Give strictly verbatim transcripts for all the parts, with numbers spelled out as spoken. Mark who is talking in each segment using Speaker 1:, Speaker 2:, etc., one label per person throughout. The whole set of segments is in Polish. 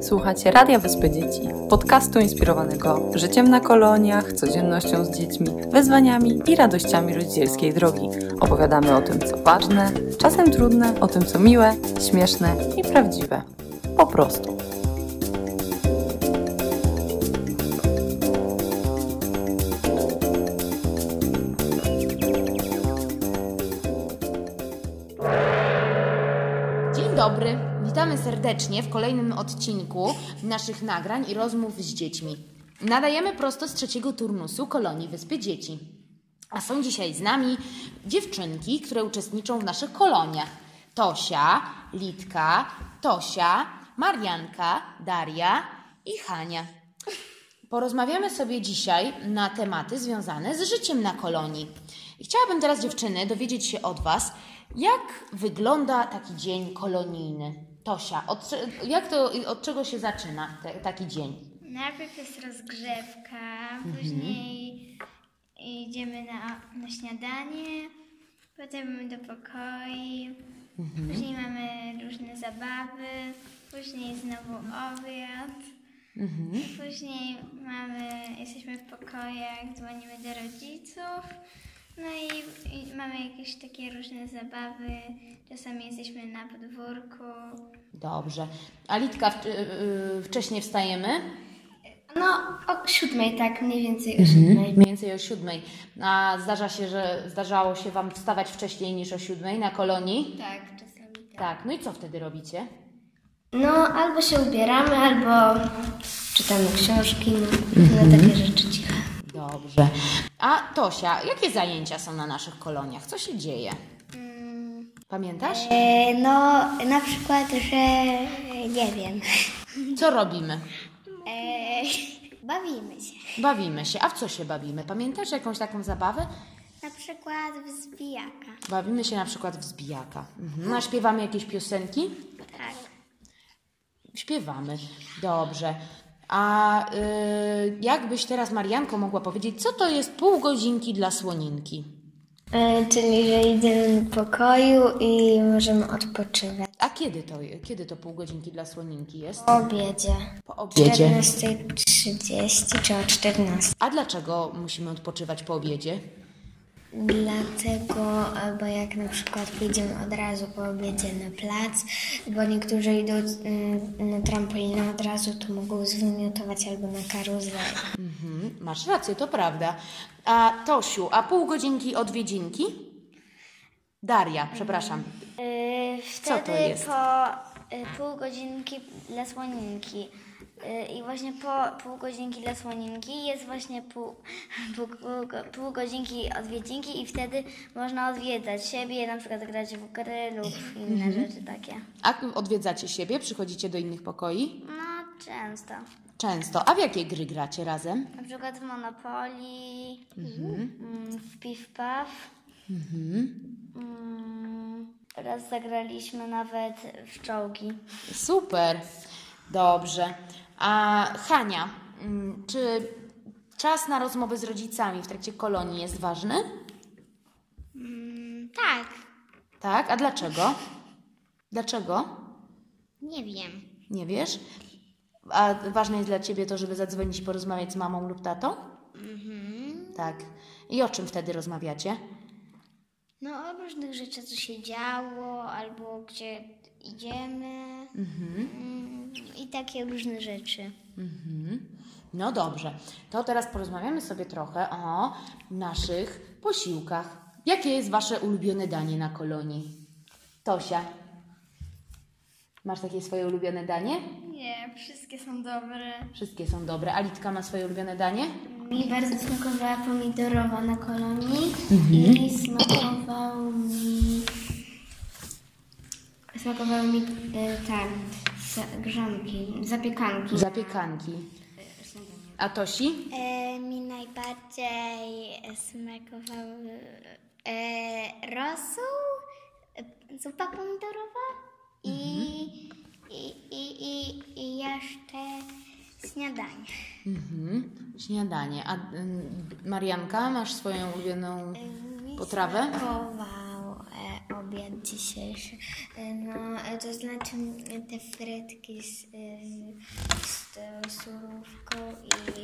Speaker 1: Słuchacie Radia Wyspy Dzieci, podcastu inspirowanego życiem na koloniach, codziennością z dziećmi, wyzwaniami i radościami rodzicielskiej drogi. Opowiadamy o tym, co ważne, czasem trudne, o tym, co miłe, śmieszne i prawdziwe. Po prostu.
Speaker 2: Dzień dobry, witamy serdecznie w kolejnym odcinku naszych nagrań i rozmów z dziećmi. Nadajemy prosto z trzeciego turnusu kolonii Wyspy Dzieci. A są dzisiaj z nami dziewczynki, które uczestniczą w naszych koloniach. Tosia, Litka, Tosia, Marianka, Daria i Hania. Porozmawiamy sobie dzisiaj na tematy związane z życiem na kolonii. I chciałabym teraz, dziewczyny, dowiedzieć się od Was, jak wygląda taki dzień kolonijny. Tosia, od, jak to, od czego się zaczyna te, taki dzień?
Speaker 3: Najpierw jest rozgrzewka, mhm. później idziemy na, na śniadanie, potem do pokoi, mhm. później mamy różne zabawy, później znowu obiad, mhm. później mamy, jesteśmy w pokojach, dzwonimy do rodziców. No i, i mamy jakieś takie różne zabawy, czasami jesteśmy na podwórku.
Speaker 2: Dobrze. A Litka, w, yy, wcześniej wstajemy?
Speaker 4: No o siódmej, tak, mniej więcej o
Speaker 2: mhm.
Speaker 4: siódmej.
Speaker 2: Mniej więcej o siódmej. A zdarza się, że zdarzało się Wam wstawać wcześniej niż o siódmej na kolonii?
Speaker 4: Tak, czasami tak.
Speaker 2: Tak, no i co wtedy robicie?
Speaker 4: No albo się ubieramy, albo czytamy książki, no, mhm. takie rzeczy ciche.
Speaker 2: Dobrze. A Tosia, jakie zajęcia są na naszych koloniach? Co się dzieje? Pamiętasz?
Speaker 3: E, no, na przykład, że nie wiem.
Speaker 2: Co robimy?
Speaker 3: E, bawimy się.
Speaker 2: Bawimy się. A w co się bawimy? Pamiętasz jakąś taką zabawę?
Speaker 3: Na przykład w zbijaka.
Speaker 2: Bawimy się na przykład w zbijaka. Mhm. A śpiewamy jakieś piosenki?
Speaker 3: Tak.
Speaker 2: Śpiewamy. Dobrze. A y, jakbyś teraz, Marianko, mogła powiedzieć, co to jest pół godzinki dla słoninki?
Speaker 4: E, czyli, że idziemy do pokoju i możemy odpoczywać.
Speaker 2: A kiedy to, kiedy to pół godzinki dla słoninki jest?
Speaker 4: Po obiedzie.
Speaker 2: Po obiedzie.
Speaker 4: czternasta trzydzieści czy o czternastej.
Speaker 2: A dlaczego musimy odpoczywać po obiedzie?
Speaker 4: Dlatego, bo jak na przykład pójdziemy od razu po obiedzie na plac, bo niektórzy idą na trampolinę od razu, to mogą zwymiotować albo na karuzelę.
Speaker 2: Mhm, masz rację, to prawda. A Tosiu, a pół godzinki odwiedzinki? Daria, przepraszam.
Speaker 3: Yy,
Speaker 2: Co to jest?
Speaker 3: po y, pół godzinki dla słoninki. I właśnie po pół godzinki dla słoninki jest właśnie pół, pół, pół, pół godzinki odwiedzinki i wtedy można odwiedzać siebie, na przykład grać w gry lub inne mhm. rzeczy takie.
Speaker 2: A odwiedzacie siebie? Przychodzicie do innych pokoi?
Speaker 3: No, często.
Speaker 2: Często. A w jakie gry gracie razem?
Speaker 3: Na przykład w Monopoly, mhm. w Piw-Paw. Mhm. Raz zagraliśmy nawet w czołgi.
Speaker 2: Super. Dobrze. A Hania, czy czas na rozmowy z rodzicami w trakcie kolonii jest ważny?
Speaker 3: Mm, tak.
Speaker 2: Tak? A dlaczego? Dlaczego?
Speaker 3: Nie wiem.
Speaker 2: Nie wiesz? A ważne jest dla Ciebie to, żeby zadzwonić i porozmawiać z mamą lub tatą? Mhm. Tak. I o czym wtedy rozmawiacie?
Speaker 3: No o różnych rzeczach, co się działo, albo gdzie idziemy. Mhm. I takie różne rzeczy.
Speaker 2: Mhm. No dobrze. To teraz porozmawiamy sobie trochę o naszych posiłkach. Jakie jest Wasze ulubione danie na kolonii? Tosia, masz takie swoje ulubione danie?
Speaker 3: Nie, wszystkie są dobre.
Speaker 2: Wszystkie są dobre. A Litka ma swoje ulubione danie?
Speaker 4: Mi bardzo smakowała pomidorowa na kolonii
Speaker 2: mhm.
Speaker 4: i smakował mi... Smakowały mi tak, grzanki, zapiekanki.
Speaker 2: Zapiekanki. A Tosi?
Speaker 3: E, mi najbardziej smakował e, rosół, e, zupa pomidorowa i, mhm. i, i, i, i jeszcze śniadanie. Mhm.
Speaker 2: Śniadanie. A y, Marianka, masz swoją ulubioną
Speaker 3: mi
Speaker 2: potrawę?
Speaker 3: Smakował e,
Speaker 4: obiad dzisiejszy. E, No, e, to znaczy m, te frytki z, z, z tą surówką i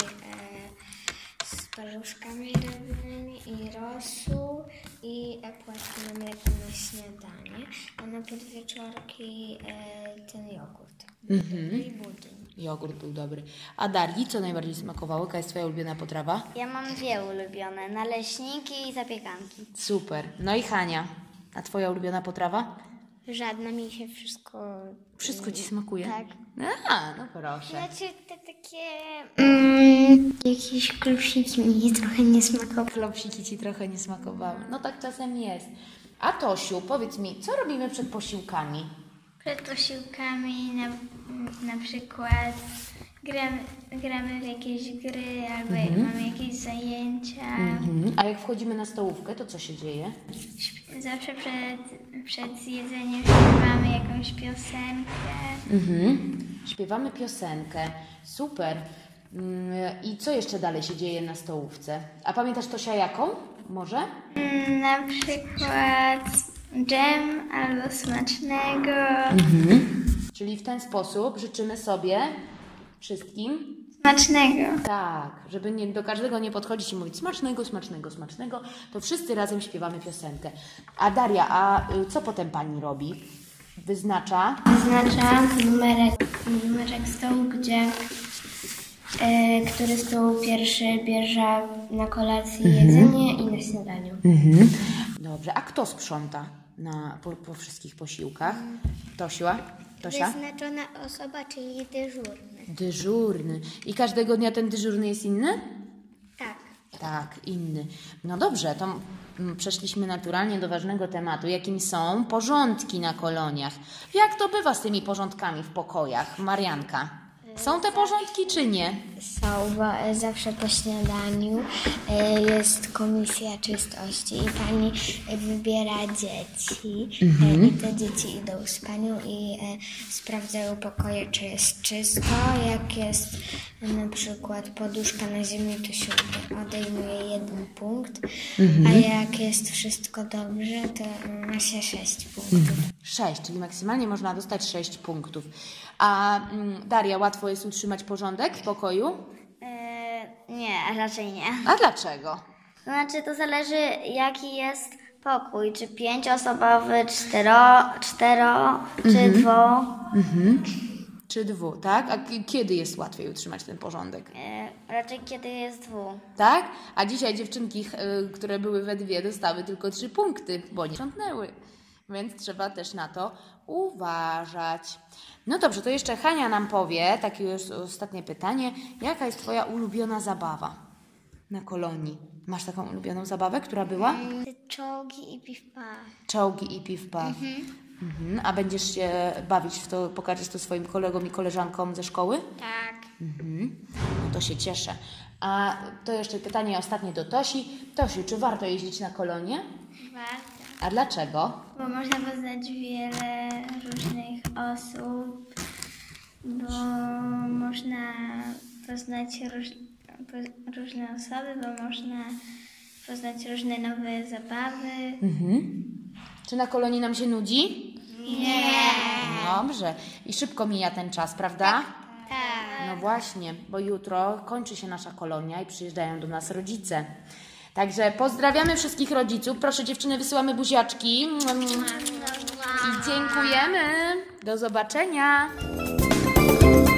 Speaker 4: e, z paluszkami rybnymi i rosół i e, płatki na mleku na śniadanie, a na podwieczorki e, ten jogurt. I budyń.
Speaker 2: Jogurt był dobry. A Darii, co najbardziej smakowało? Jaka jest twoja ulubiona potrawa?
Speaker 5: Ja mam dwie ulubione, naleśniki i zapiekanki.
Speaker 2: Super. No i Hania, a twoja ulubiona potrawa?
Speaker 4: Żadna mi się wszystko...
Speaker 2: Wszystko ci smakuje?
Speaker 5: Tak.
Speaker 2: A, no proszę.
Speaker 4: Znaczy te takie... Mm, jakieś klopsiki mi trochę nie smakowały.
Speaker 2: Klopsiki ci trochę nie smakowały. No tak czasem jest. A Tosiu, powiedz mi, co robimy przed posiłkami?
Speaker 3: Przed posiłkami na, na przykład gramy, gramy w jakieś gry albo mamy jakieś zajęcia.
Speaker 2: Mhm. A jak wchodzimy na stołówkę, to co się dzieje?
Speaker 3: Śp- Zawsze przed, przed jedzeniem śpiewamy jakąś piosenkę.
Speaker 2: Mhm. Śpiewamy piosenkę. Super. Mm, I co jeszcze dalej się dzieje na stołówce? A pamiętasz Tosia jaką? Może?
Speaker 3: Mm, Na przykład dżem albo smacznego.
Speaker 2: Czyli w ten sposób życzymy sobie wszystkim,
Speaker 3: Smacznego.
Speaker 2: tak, żeby nie, do każdego nie podchodzić i mówić smacznego, smacznego, smacznego, to wszyscy razem śpiewamy piosenkę. A Daria, a y, co potem pani robi? Wyznacza?
Speaker 3: Wyznaczam numerek, numerek stołu, gdzie e, który stół pierwszy bierze na kolację jedzenie i na śniadaniu.
Speaker 2: Dobrze, a kto sprząta na, po, po wszystkich posiłkach? Tosia? Tosia?
Speaker 4: Wyznaczona osoba, czyli dyżurny.
Speaker 2: Dyżurny. I każdego dnia ten dyżurny jest inny?
Speaker 4: Tak.
Speaker 2: Tak, inny. No dobrze, to mm, przeszliśmy naturalnie do ważnego tematu, jakim są porządki na koloniach. Jak to bywa z tymi porządkami w pokojach, Marianka? Są te porządki czy nie?
Speaker 4: Są, bo e, zawsze po śniadaniu e, jest komisja czystości i pani e, wybiera dzieci e, i te dzieci idą z panią i e, sprawdzają pokoje, czy jest czysto. Jak jest e, na przykład poduszka na ziemi, to się odejmuje jeden punkt, a jak jest wszystko dobrze, to ma się sześć punktów.
Speaker 2: Sześć, czyli maksymalnie można dostać sześć punktów. A mm, Daria, łatwo jest utrzymać porządek w pokoju?
Speaker 5: E, nie, raczej nie.
Speaker 2: A dlaczego?
Speaker 5: To znaczy, to zależy jaki jest pokój, czy pięcioosobowy, cztero, cztero czy dwo.
Speaker 2: Czy dwu, tak? A k- kiedy jest łatwiej utrzymać ten porządek?
Speaker 5: E, raczej kiedy jest dwu.
Speaker 2: Tak? A dzisiaj dziewczynki, ch- y, które były we dwie, dostały tylko trzy punkty, bo nie sprzątnęły. Więc trzeba też na to uważać. No dobrze, to jeszcze Hania nam powie, takie już ostatnie pytanie. Jaka jest twoja ulubiona zabawa na kolonii? Masz taką ulubioną zabawę, która była?
Speaker 4: Czołgi i piw-paw.
Speaker 2: Czołgi i piw-paw. Mhm. A będziesz się bawić w to, pokażesz to swoim kolegom i koleżankom ze szkoły?
Speaker 4: Tak.
Speaker 2: No to się cieszę. A to jeszcze pytanie ostatnie do Tosi. Tosiu, czy warto jeździć na kolonie?
Speaker 3: Warto,
Speaker 2: A dlaczego?
Speaker 3: bo można poznać wiele różnych osób, bo można poznać róż, po, różne osoby, bo można poznać różne nowe zabawy.
Speaker 2: Czy na kolonii nam się nudzi? Nie. Dobrze. I szybko mija ten czas, prawda? Tak. No właśnie, bo jutro kończy się nasza kolonia i przyjeżdżają do nas rodzice. Także pozdrawiamy wszystkich rodziców. Proszę dziewczyny, wysyłamy buziaczki. I dziękujemy. Do zobaczenia.